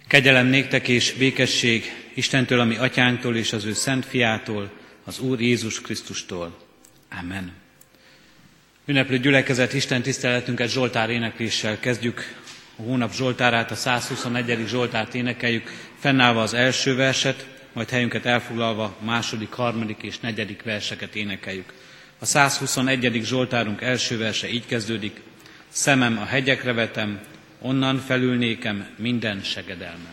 Kegyelem néktek és békesség Istentől, a mi atyánktól és az ő szent fiától, az Úr Jézus Krisztustól. Amen. Ünneplő gyülekezet, Isten tiszteletünket zsoltár énekléssel kezdjük. A hónap zsoltárát, a 121. zsoltárt énekeljük, fennállva az első verset, majd helyünket elfoglalva a második, harmadik és negyedik verseket énekeljük. A 121. zsoltárunk első verse így kezdődik: Szemem a hegyekre vetem, onnan felülnékem minden segedelmem.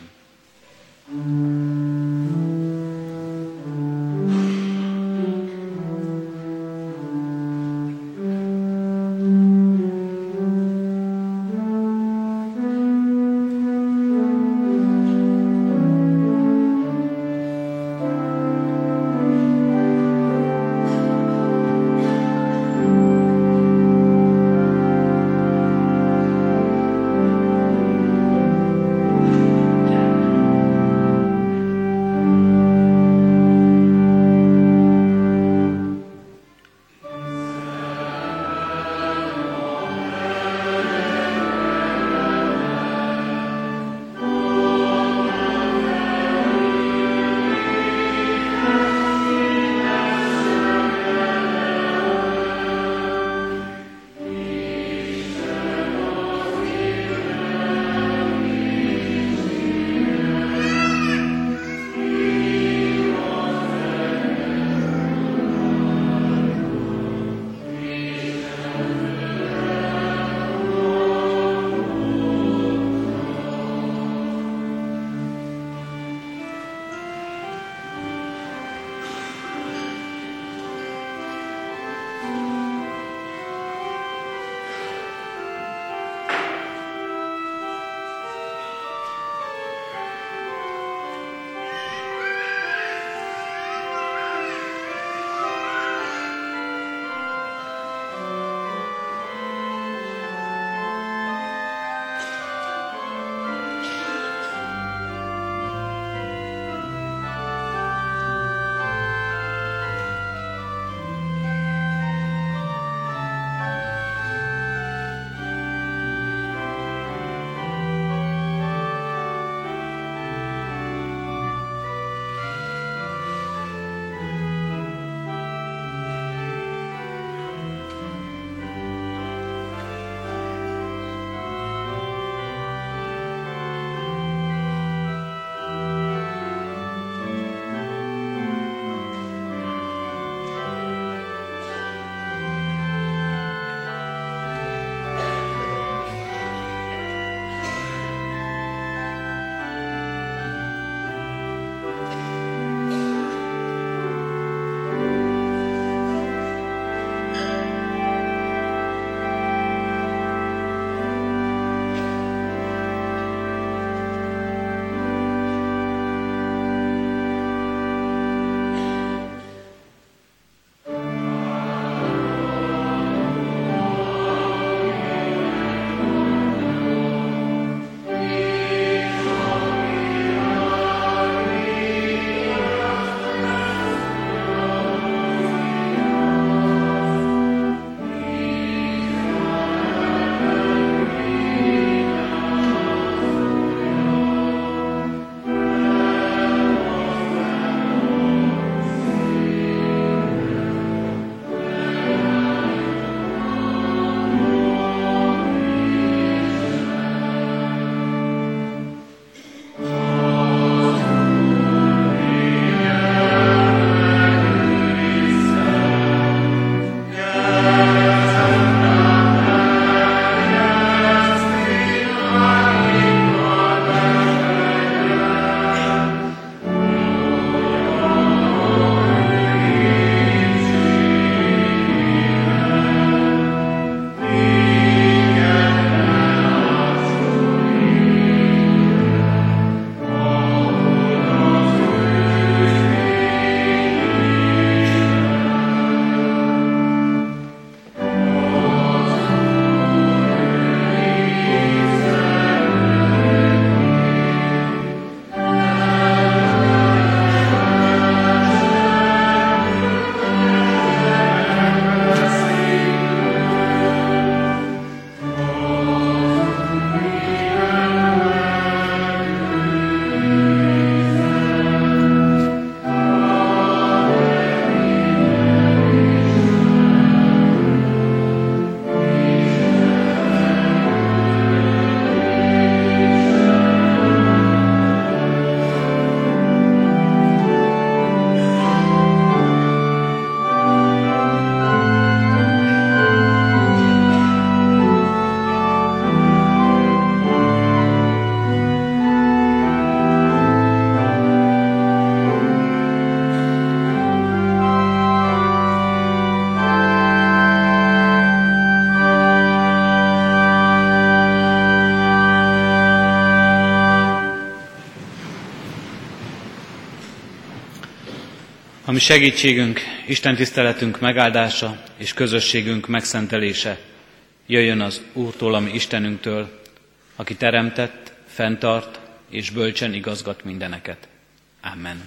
Ami segítségünk, Isten tiszteletünk megáldása és közösségünk megszentelése jöjjön az Úrtól, ami Istenünktől, aki teremtett, fenntart és bölcsen igazgat mindeneket. Amen.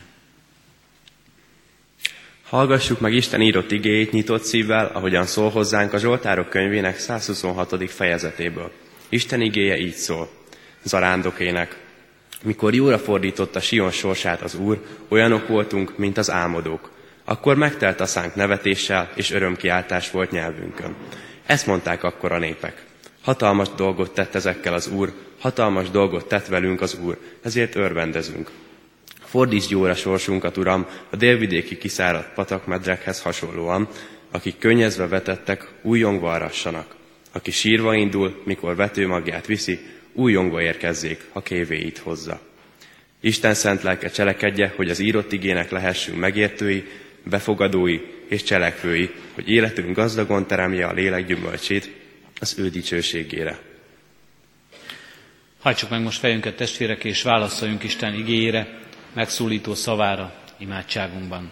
Hallgassuk meg Isten írott igéjét nyitott szívvel, ahogyan szól hozzánk a Zsoltárok könyvének 126. fejezetéből. Isten igéje így szól. Zarándokének. Mikor jóra fordította Sion sorsát az Úr, olyanok voltunk, mint az álmodók. Akkor megtelt a szánk nevetéssel, és örömkiáltás volt nyelvünkön. Ezt mondták akkor a népek. Hatalmas dolgot tett ezekkel az Úr, hatalmas dolgot tett velünk az Úr, ezért örvendezünk. Fordítsd jóra sorsunkat, Uram, a délvidéki kiszáradt patakmedrekhez hasonlóan, akik könnyezve vetettek, újjongva arassanak. Aki sírva indul, mikor vetőmagját viszi, újjongva érkezzék, ha kévéit hozza. Isten szent lelke cselekedje, hogy az írott igének lehessünk megértői, befogadói és cselekvői, hogy életünk gazdagon teremje a lélek gyümölcsét az ő dicsőségére. Hajtsuk meg most fejünket, testvérek, és válaszoljunk Isten igéjére, megszólító szavára imádságunkban.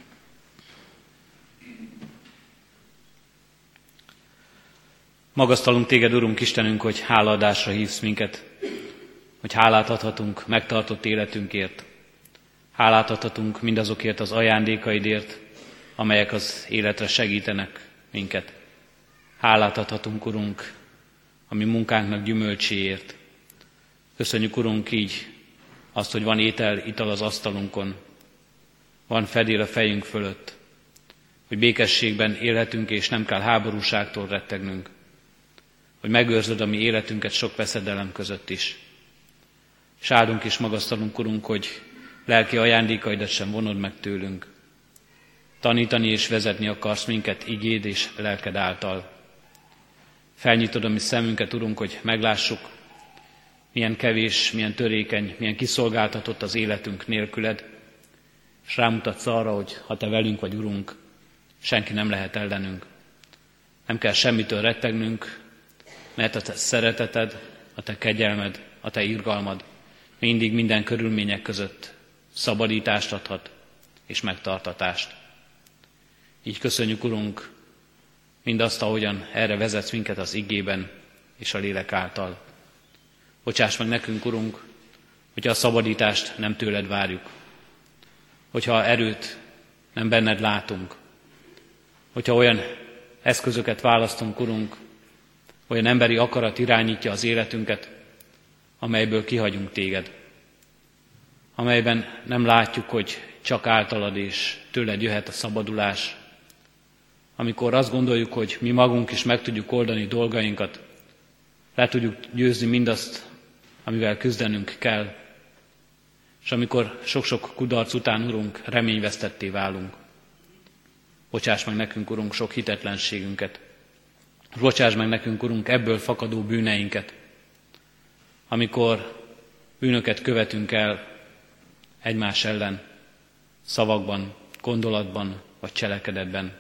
Magasztalunk téged, Urunk Istenünk, hogy hálaadásra hívsz minket, hogy hálát adhatunk megtartott életünkért. Hálát adhatunk mindazokért az ajándékaidért, amelyek az életre segítenek minket. Hálát adhatunk, Urunk, a mi munkánknak gyümölcséért. Köszönjük, Urunk, így azt, hogy van étel, ital az asztalunkon, van fedél a fejünk fölött, hogy békességben élhetünk, és nem kell háborúságtól rettegnünk, hogy megőrzöd a mi életünket sok veszedelem között is. És áldunk és magasztalunk, Urunk, hogy lelki ajándékaidat sem vonod meg tőlünk. Tanítani és vezetni akarsz minket igéd és lelked által. Felnyitod a mi szemünket, Urunk, hogy meglássuk, milyen kevés, milyen törékeny, milyen kiszolgáltatott az életünk nélküled, és rámutatsz arra, hogy ha te velünk vagy, Urunk, senki nem lehet ellenünk. Nem kell semmitől rettegnünk, mert a te szereteted, a te kegyelmed, a te irgalmad mindig minden körülmények között szabadítást adhat és megtartatást. Így köszönjük, Urunk, mindazt, ahogyan erre vezetsz minket az igében és a lélek által. Bocsáss meg nekünk, Urunk, hogyha a szabadítást nem tőled várjuk, hogyha erőt nem benned látunk, hogyha olyan eszközöket választunk, Urunk, olyan emberi akarat irányítja az életünket, amelyből kihagyunk téged, amelyben nem látjuk, hogy csak általad és tőled jöhet a szabadulás, amikor azt gondoljuk, hogy mi magunk is meg tudjuk oldani dolgainkat, le tudjuk győzni mindazt, amivel küzdenünk kell, és amikor sok-sok kudarc után, Urunk, reményvesztetté válunk. Bocsáss meg nekünk, Urunk, sok hitetlenségünket. Bocsáss meg nekünk, Urunk, ebből fakadó bűneinket, amikor bűnöket követünk el egymás ellen, szavakban, gondolatban vagy cselekedetben.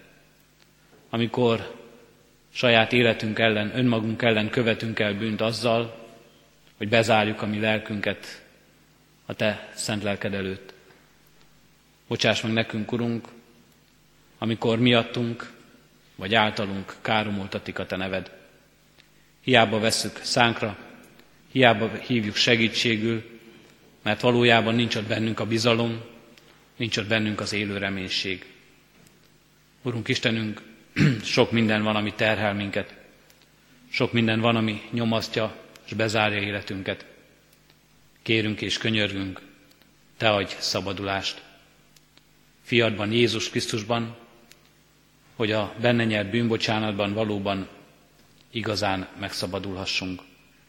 Amikor saját életünk ellen, önmagunk ellen követünk el bűnt azzal, hogy bezárjuk a mi lelkünket a te szent lelked előtt. Bocsáss meg nekünk, Urunk, amikor miattunk vagy általunk káromoltatik a te neved. Hiába vesszük szánkra, hiába hívjuk segítségül, mert valójában nincs ott bennünk a bizalom, nincs ott bennünk az élő reménység. Urunk Istenünk, sok minden van, ami terhel minket. Sok minden van, ami nyomasztja és bezárja életünket. Kérünk és könyörgünk, te adj szabadulást. Fiadban, Jézus Krisztusban, hogy a benne nyert bűnbocsánatban valóban igazán megszabadulhassunk.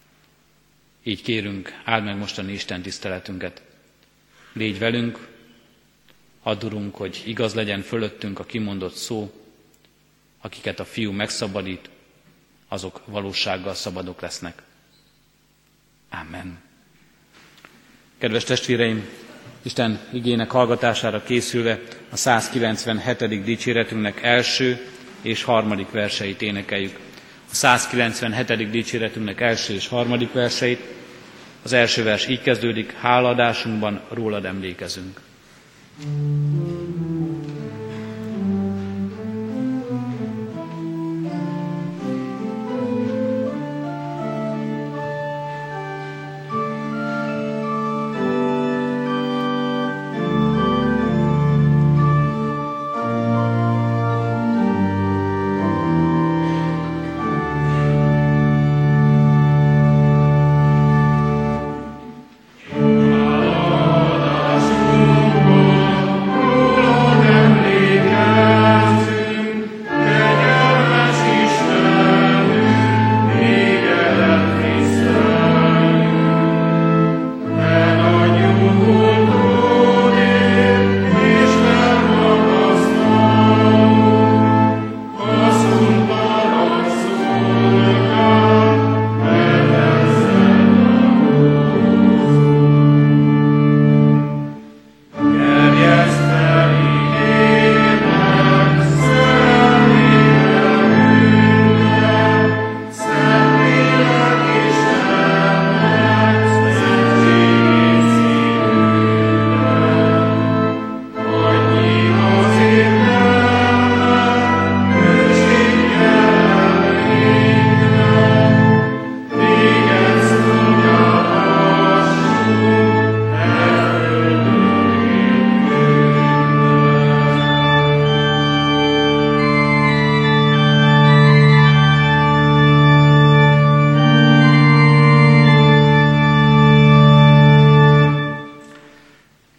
Így kérünk, áld meg mostani Isten tiszteletünket. Légy velünk, add, Urunk, hogy igaz legyen fölöttünk a kimondott szó, akiket a Fiú megszabadít, azok valósággal szabadok lesznek. Amen. Kedves testvéreim, Isten igének hallgatására készülve a 197. dicséretünknek első és harmadik verseit énekeljük. A 197. dicséretünknek első és harmadik verseit. Az első vers így kezdődik: háladásunkban rólad emlékezünk.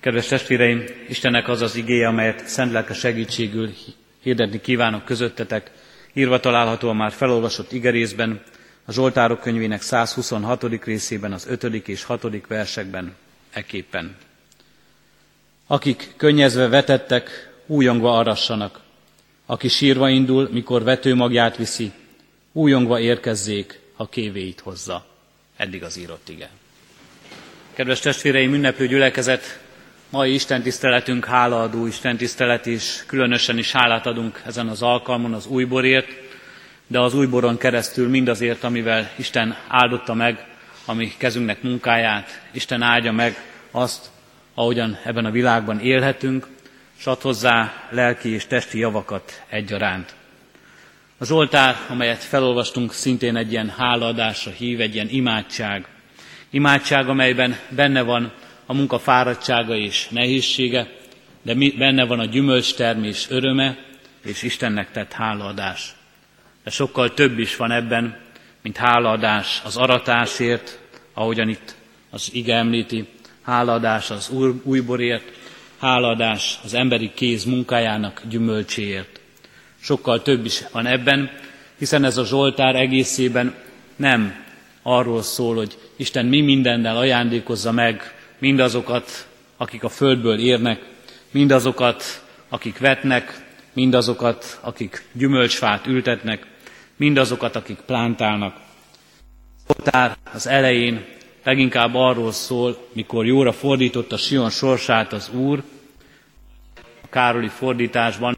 Kedves testvéreim, Istennek az az igéje, amelyet szent lelke segítségül hirdetni kívánok közöttetek, írva található a már felolvasott igerészben, a Zsoltárok könyvének 126. részében, az 5. és 6. versekben ekképpen. Akik könnyezve vetettek, újongva arassanak. Aki sírva indul, mikor vetőmagját viszi, újongva érkezzék, ha kévéit hozza. Eddig az írott ige. Kedves testvéreim, ünneplő gyülekezet, mai istentiszteletünk hálaadó istentisztelet, és különösen is hálát adunk ezen az alkalmon az újborért, de az újboron keresztül mindazért, amivel Isten áldotta meg a mi kezünknek munkáját. Isten áldja meg azt, ahogyan ebben a világban élhetünk, s ad hozzá lelki és testi javakat egyaránt. A Zsoltár, amelyet felolvastunk, szintén egy ilyen hálaadásra hív, egy ilyen imádság. Imádság, amelyben benne van a munka fáradtsága és nehézsége, de benne van a gyümölcstermés öröme és Istennek tett hálaadás. De sokkal több is van ebben, mint hálaadás az aratásért, ahogyan itt az ige említi, hálaadás az újborért, hálaadás az emberi kéz munkájának gyümölcséért. Sokkal több is van ebben, hiszen ez a Zsoltár egészében nem arról szól, hogy Isten mi mindennel ajándékozza meg mindazokat, akik a földből érnek, mindazokat, akik vetnek, mindazokat, akik gyümölcsfát ültetnek, mindazokat, akik plántálnak. A Zsoltár az elején leginkább arról szól, mikor jóra fordította Sion sorsát az Úr, a Károli fordításban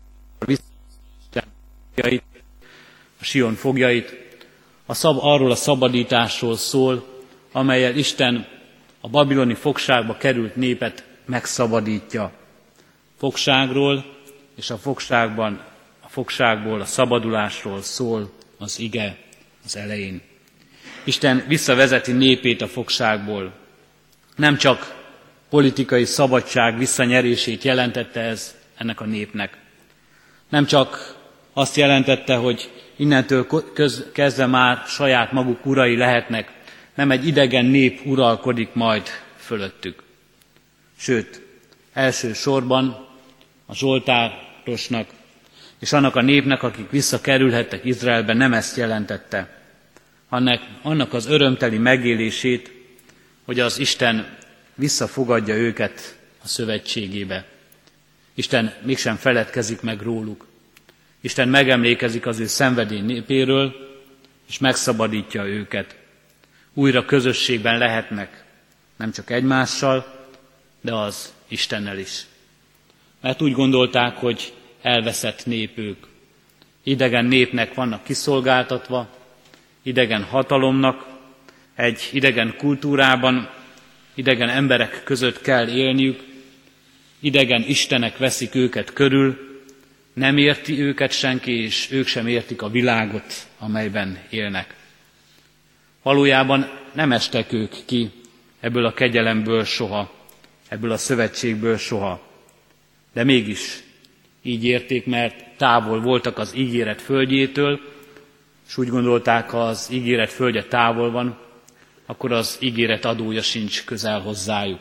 a Sion fogjait, arról a szabadításról szól, amellyel Isten a babiloni fogságba került népet megszabadítja. Fogságról és a fogságból a szabadulásról szól az ige az elején. Isten visszavezeti népét a fogságból. Nem csak politikai szabadság visszanyerését jelentette ez ennek a népnek. Nem csak azt jelentette, hogy innentől kezdve már saját maguk urai lehetnek, nem egy idegen nép uralkodik majd fölöttük. Sőt, elsősorban a zsoltárosnak és annak a népnek, akik visszakerülhettek Izraelbe, nem ezt jelentette, annak az örömteli megélését, hogy az Isten visszafogadja őket a szövetségébe. Isten mégsem feledkezik meg róluk. Isten megemlékezik az ő szenvedély népéről, és megszabadítja őket. Újra közösségben lehetnek, nem csak egymással, de az Istennel is. Mert úgy gondolták, hogy elveszett nép ők. Idegen népnek vannak kiszolgáltatva, idegen hatalomnak, egy idegen kultúrában, idegen emberek között kell élniük, idegen istenek veszik őket körül, nem érti őket senki, és ők sem értik a világot, amelyben élnek. Valójában nem estek ők ki ebből a kegyelemből soha, ebből a szövetségből soha, de mégis így érték, mert távol voltak az ígéret földjétől, és úgy gondolták, ha az ígéret földje távol van, akkor az ígéret adója sincs közel hozzájuk.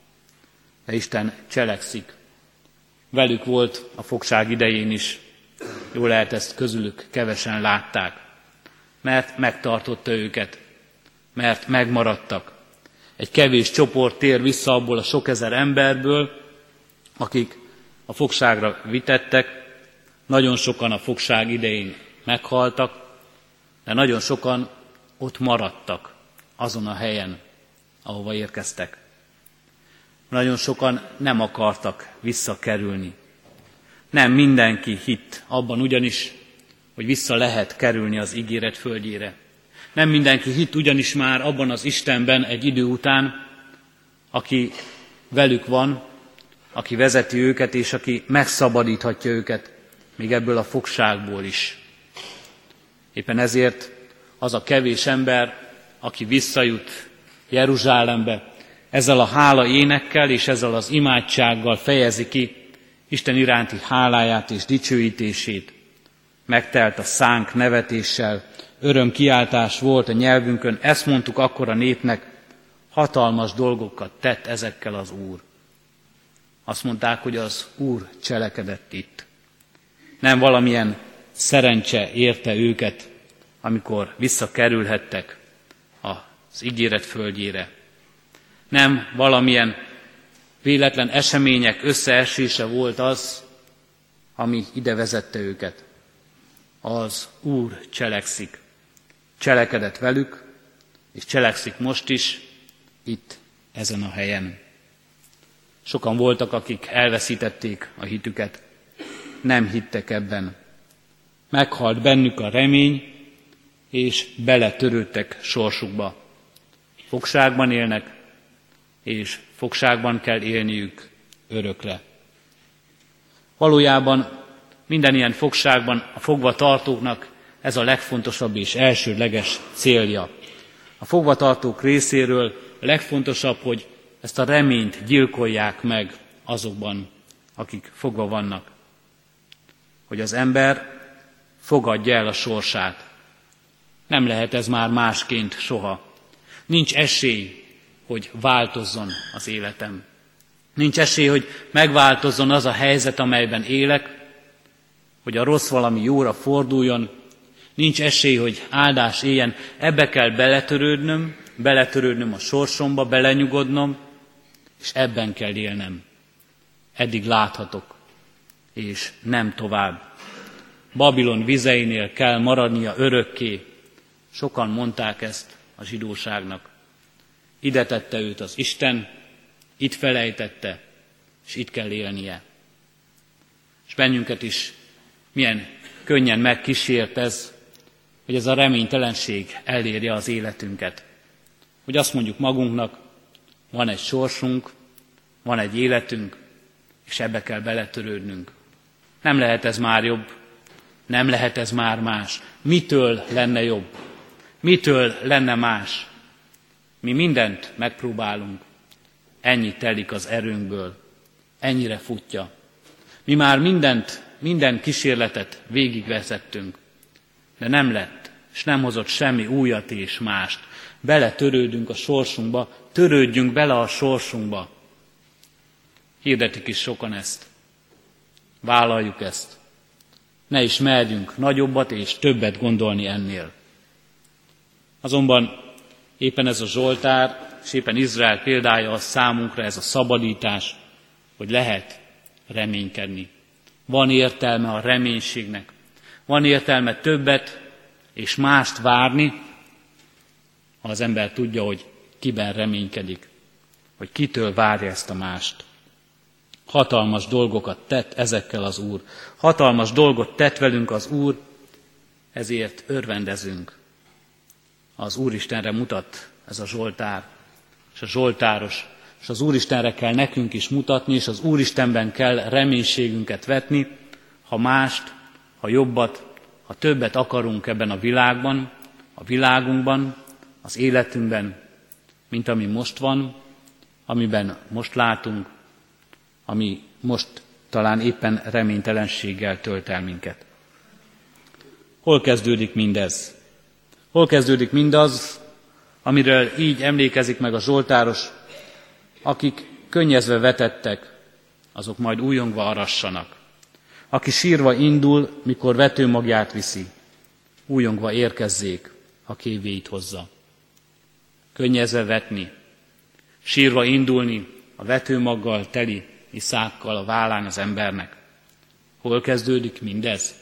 De Isten cselekszik. Velük volt a fogság idején is, jól lehet ezt közülük kevesen látták, mert megtartotta őket, mert megmaradtak. Egy kevés csoport tér vissza abból a sok ezer emberből, akik a fogságra vitettek, nagyon sokan a fogság idején meghaltak, de nagyon sokan ott maradtak azon a helyen, ahova érkeztek. Nagyon sokan nem akartak visszakerülni. Nem mindenki hitt abban ugyanis, hogy vissza lehet kerülni az ígéret földjére. Nem mindenki hitt ugyanis már abban az Istenben egy idő után, aki velük van, aki vezeti őket, és aki megszabadíthatja őket még ebből a fogságból is. Éppen ezért az a kevés ember, aki visszajut Jeruzsálembe, ezzel a hála énekkel és ezzel az imádsággal fejezi ki Isten iránti háláját és dicsőítését. Megtelt a szánk nevetéssel, örömkiáltás volt a nyelvünkön, ezt mondtuk akkor a népnek, hatalmas dolgokat tett ezekkel az Úr. Azt mondták, hogy az Úr cselekedett itt. Nem valamilyen szerencse érte őket, amikor visszakerülhettek az ígéret földjére. Nem valamilyen véletlen események összeesése volt az, ami ide vezette őket. Az Úr cselekszik. Cselekedett velük, és cselekszik most is, itt, ezen a helyen. Sokan voltak, akik elveszítették a hitüket. Nem hittek ebben. Meghalt bennük a remény, és beletörődtek sorsukba. Fogságban élnek, és fogságban kell élniük örökre. Valójában minden ilyen fogságban a fogvatartóknak ez a legfontosabb és elsődleges célja. A fogvatartók részéről a legfontosabb, hogy ezt a reményt gyilkolják meg azokban, akik fogva vannak. Hogy az ember fogadja el a sorsát. Nem lehet ez már másként soha. Nincs esély, hogy változzon az életem. Nincs esély, hogy megváltozzon az a helyzet, amelyben élek, hogy a rossz valami jóra forduljon. Nincs esély, hogy áldás éljen. Ebbe kell beletörődnöm a sorsomba, belenyugodnom, és ebben kell élnem. Eddig láthatok, és nem tovább. Babilon vizeinél kell maradnia örökké. Sokan mondták ezt a zsidóságnak. Ide tette őt az Isten, itt felejtette, és itt kell élnie. És bennünket is milyen könnyen megkísért ez, hogy ez a reménytelenség elérje az életünket. Hogy azt mondjuk magunknak, van egy sorsunk, van egy életünk, és ebbe kell beletörődnünk. Nem lehet ez már jobb, nem lehet ez már más. Mitől lenne jobb? Mitől lenne más? Mi mindent megpróbálunk, ennyi telik az erőnkből, ennyire futja. Mi már minden kísérletet végigvezettünk, de nem lett, és nem hozott semmi újat és mást. Beletörődünk a sorsunkba, törődjünk bele a sorsunkba. Hirdetik is sokan ezt. Vállaljuk ezt. Ne is merjünk nagyobbat és többet gondolni ennél. Azonban éppen ez a Zsoltár, és éppen Izrael példája az számunkra, ez a szabadítás, hogy lehet reménykedni. Van értelme a reménységnek. Van értelme többet és mást várni, ha az ember tudja, hogy kiben reménykedik, hogy kitől várja ezt a mást. Hatalmas dolgokat tett ezekkel az Úr. Hatalmas dolgot tett velünk az Úr, ezért örvendezünk. Az Úristenre mutat ez a Zsoltár, és a Zsoltáros, és az Úristenre kell nekünk is mutatni, és az Úristenben kell reménységünket vetni, ha mást, ha jobbat, ha többet akarunk ebben a világban, a világunkban, az életünkben, mint ami most van, amiben most látunk, ami most talán éppen reménytelenséggel tölt el minket. Hol kezdődik mindez? Hol kezdődik mindaz, amiről így emlékezik meg a Zsoltáros, akik könnyezve vetettek, azok majd újongva arassanak. Aki sírva indul, mikor vetőmagját viszi, újongva érkezzék, ha kévéit hozza. Könnyezve vetni, sírva indulni a vetőmaggal teli iszákkal a vállán az embernek. Hol kezdődik mindez?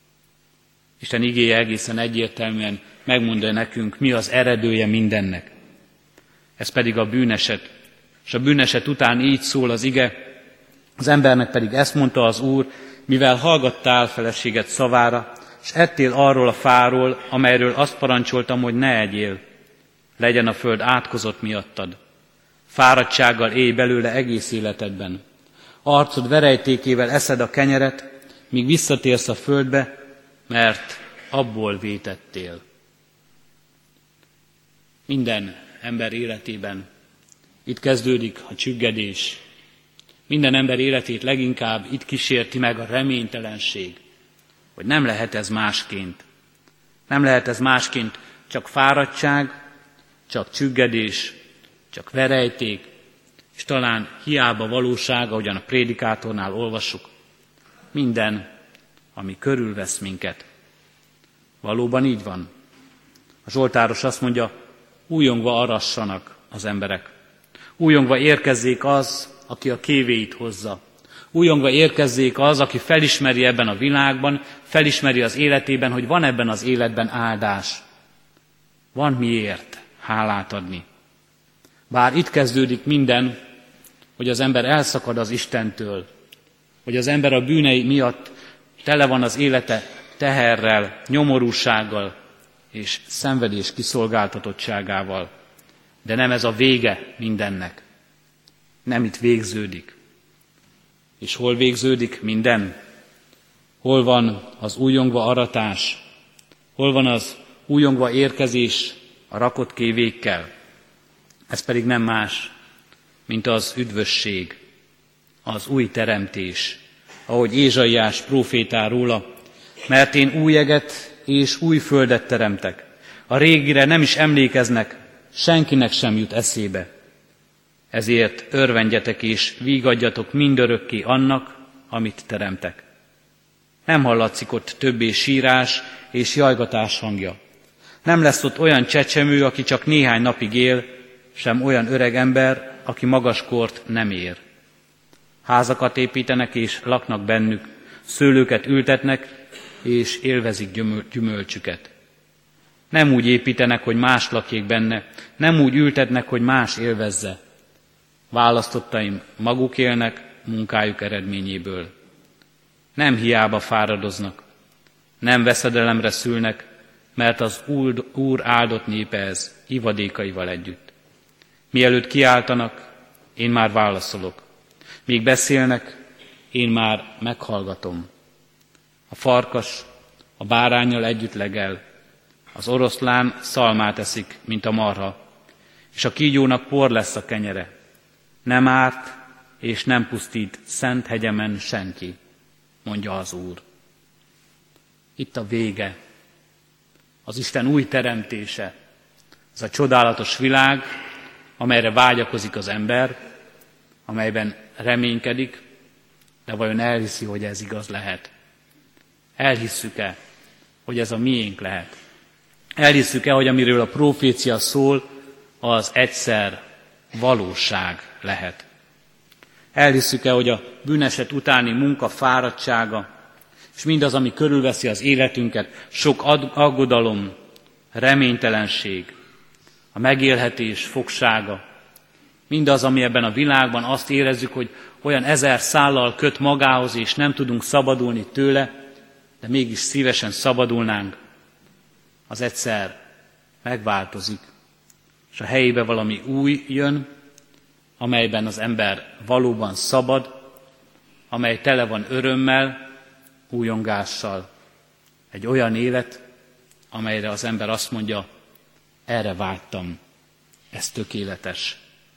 Isten igéje egészen egyértelműen megmondja nekünk, mi az eredője mindennek. Ez pedig a bűneset. És a bűneset után így szól az ige, az embernek pedig ezt mondta az Úr, mivel hallgattál feleséged szavára, és ettél arról a fáról, amelyről azt parancsoltam, hogy ne egyél. Legyen a föld átkozott miattad. Fáradtsággal élj belőle egész életedben. Arcod verejtékével eszed a kenyeret, míg visszatérsz a földbe, mert abból vétettél. Minden ember életében itt kezdődik a csüggedés. Minden ember életét leginkább itt kísérti meg a reménytelenség, hogy nem lehet ez másként. Nem lehet ez másként, csak fáradtság, csak csüggedés, csak verejték, És talán hiába valóság, ahogyan a prédikátornál olvassuk, minden, ami körülvesz minket. Valóban így van. A zsoltáros azt mondja, újongva arassanak az emberek. Újongva érkezzék az, aki a kévéit hozza. Újongva érkezzék az, aki felismeri ebben a világban, felismeri az életében, hogy van ebben az életben áldás. Van miért hálát adni. Bár itt kezdődik minden, hogy az ember elszakad az Istentől, hogy az ember a bűnei miatt tele van az élete teherrel, nyomorúsággal és szenvedés kiszolgáltatottságával. De nem ez a vége mindennek. Nem itt végződik. És hol végződik minden? Hol van az újongva aratás? Hol van az újongva érkezés a rakott kévékkel? Ez pedig nem más, mint az üdvösség, az új teremtés, ahogy Ézsaiás prófétál róla, mert én új eget és új földet teremtek. A régire nem is emlékeznek, senkinek sem jut eszébe. Ezért örvendjetek és vígadjatok mindörökké annak, amit teremtek. Nem hallatszik ott többé sírás és jajgatás hangja. Nem lesz ott olyan csecsemő, aki csak néhány napig él, sem olyan öreg ember, aki magaskort nem ér. Házakat építenek és laknak bennük, szőlőket ültetnek és élvezik gyümölcsüket. Nem úgy építenek, hogy más lakjék benne, nem úgy ültetnek, hogy más élvezze. Választottaim maguk élnek munkájuk eredményéből. Nem hiába fáradoznak, nem veszedelemre szülnek, mert az Úr áldott népe ez, ivadékaival együtt. Mielőtt kiáltanak, én már válaszolok. Míg beszélnek, én már meghallgatom. A farkas a báránnyal együtt legel, az oroszlán szalmát eszik, mint a marha, és a kígyónak por lesz a kenyere. Nem árt és nem pusztít szent hegyemen senki, mondja az Úr. Itt a vége, az Isten új teremtése, ez a csodálatos világ, amelyre vágyakozik az ember, amelyben reménykedik, de vajon elhiszi, hogy ez igaz lehet? Elhisszük-e, hogy ez a miénk lehet? Elhisszük-e, hogy amiről a profécia szól, az egyszer valóság lehet? Elhisszük-e, hogy a bűneset utáni munka fáradtsága, és mindaz, ami körülveszi az életünket, sok aggodalom, reménytelenség, a megélhetés fogsága, mindaz, ami ebben a világban azt érezzük, hogy olyan 1000 szállal köt magához, és nem tudunk szabadulni tőle, de mégis szívesen szabadulnánk, az egyszer megváltozik, és a helyébe valami új jön, amelyben az ember valóban szabad, amely tele van örömmel, újongással. Egy olyan élet, amelyre az ember azt mondja, erre vágytam, ez tökéletes.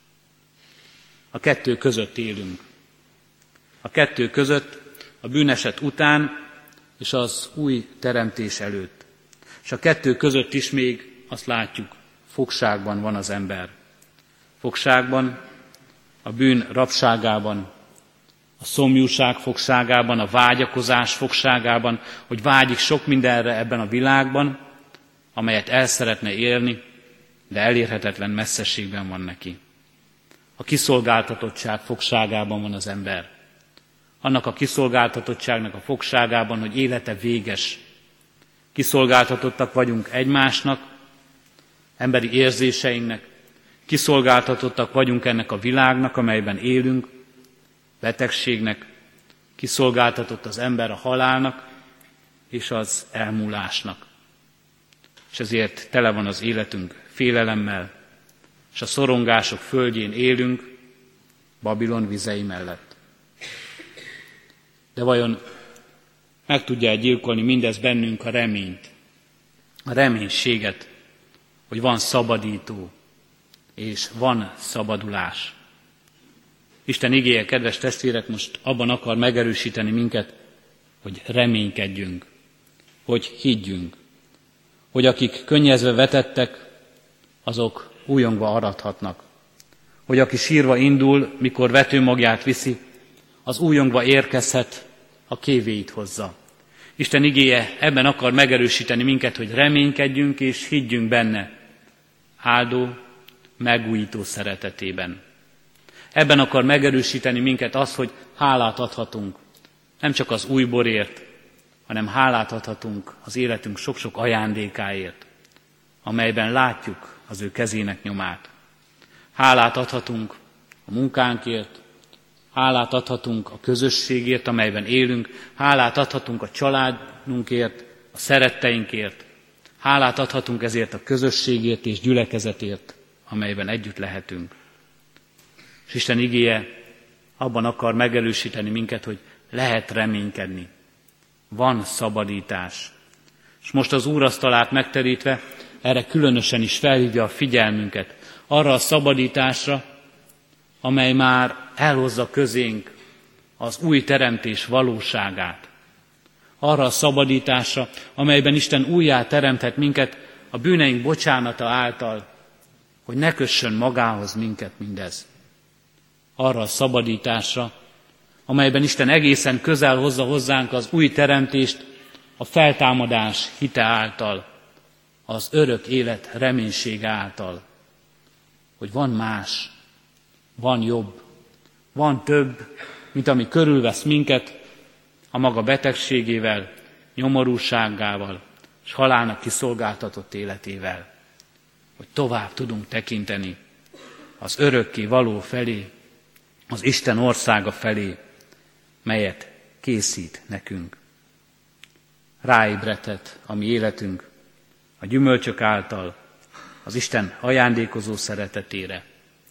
A kettő között élünk. A kettő között, a bűneset után és az új teremtés előtt. És a kettő között is még azt látjuk, fogságban van az ember. Fogságban, a bűn rabságában, a szomjúság fogságában, a vágyakozás fogságában, hogy vágyik sok mindenre ebben a világban, amelyet el szeretne érni, de elérhetetlen messzeségben van neki. A kiszolgáltatottság fogságában van az ember. Annak a kiszolgáltatottságnak a fogságában, hogy élete véges. Kiszolgáltatottak vagyunk egymásnak, emberi érzéseinknek, kiszolgáltatottak vagyunk ennek a világnak, amelyben élünk, betegségnek, kiszolgáltatott az ember a halálnak és az elmúlásnak. És ezért tele van az életünk félelemmel, és a szorongások földjén élünk, Babilon vizei mellett. De vajon meg tudja gyilkolni mindez bennünk a reményt, a reménységet, hogy van szabadító, és van szabadulás. Isten igéje, kedves testvérek, most abban akar megerősíteni minket, hogy reménykedjünk, hogy higgyünk, hogy akik könnyezve vetettek, azok újongva arathatnak, hogy aki sírva indul, mikor vetőmagját viszi, az újongva érkezhet, a kévéit hozza. Isten igéje ebben akar megerősíteni minket, hogy reménykedjünk és higgyünk benne, áldó, megújító szeretetében. Ebben akar megerősíteni minket az, hogy hálát adhatunk, nem csak az új borért, hanem hálát adhatunk az életünk sok-sok ajándékáért, amelyben látjuk az ő kezének nyomát. Hálát adhatunk a munkánkért, hálát adhatunk a közösségért, amelyben élünk, hálát adhatunk a családunkért, a szeretteinkért, hálát adhatunk ezért a közösségért és gyülekezetért, amelyben együtt lehetünk. És Isten igéje abban akar megerősíteni minket, hogy lehet reménykedni. Van szabadítás. És most az úrasztalát megterítve erre különösen is felhívja a figyelmünket, arra a szabadításra, amely már elhozza közénk az új teremtés valóságát. Arra a szabadításra, amelyben Isten újjá teremthet minket a bűneink bocsánata által, hogy ne kössön magához minket mindez. Arra a szabadításra, amelyben Isten egészen közel hozza hozzánk az új teremtést a feltámadás hite által, az örök élet reménysége által, hogy van más, van jobb, van több, mint ami körülvesz minket a maga betegségével, nyomorúságával és halálnak kiszolgáltatott életével, hogy tovább tudunk tekinteni az örökké való felé, az Isten országa felé, melyet készít nekünk. Ráébredhet a mi életünk a gyümölcsök által az Isten ajándékozó szeretetére.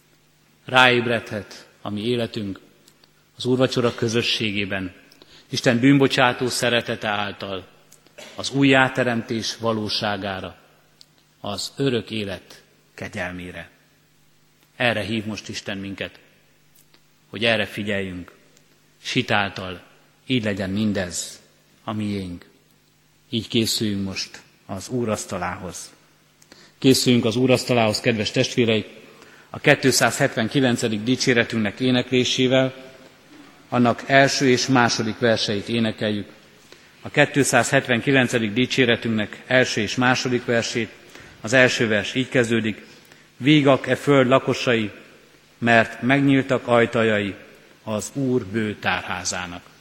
Ráébredhet a mi életünk az úrvacsora közösségében, Isten bűnbocsátó szeretete által az újjáteremtés valóságára, az örök élet kegyelmére. Erre hív most Isten minket, hogy erre figyeljünk, s hitáltal így legyen mindez a miénk. Így készüljünk most az úrasztalához. Készüljünk az úrasztalához, kedves testvéreik, a 279. dicséretünknek éneklésével, annak első és második verseit énekeljük. A 279. dicséretünknek első és második versét, az első vers így kezdődik: Vígak e föld lakosai, mert megnyíltak ajtajai az Úr bő tárházának.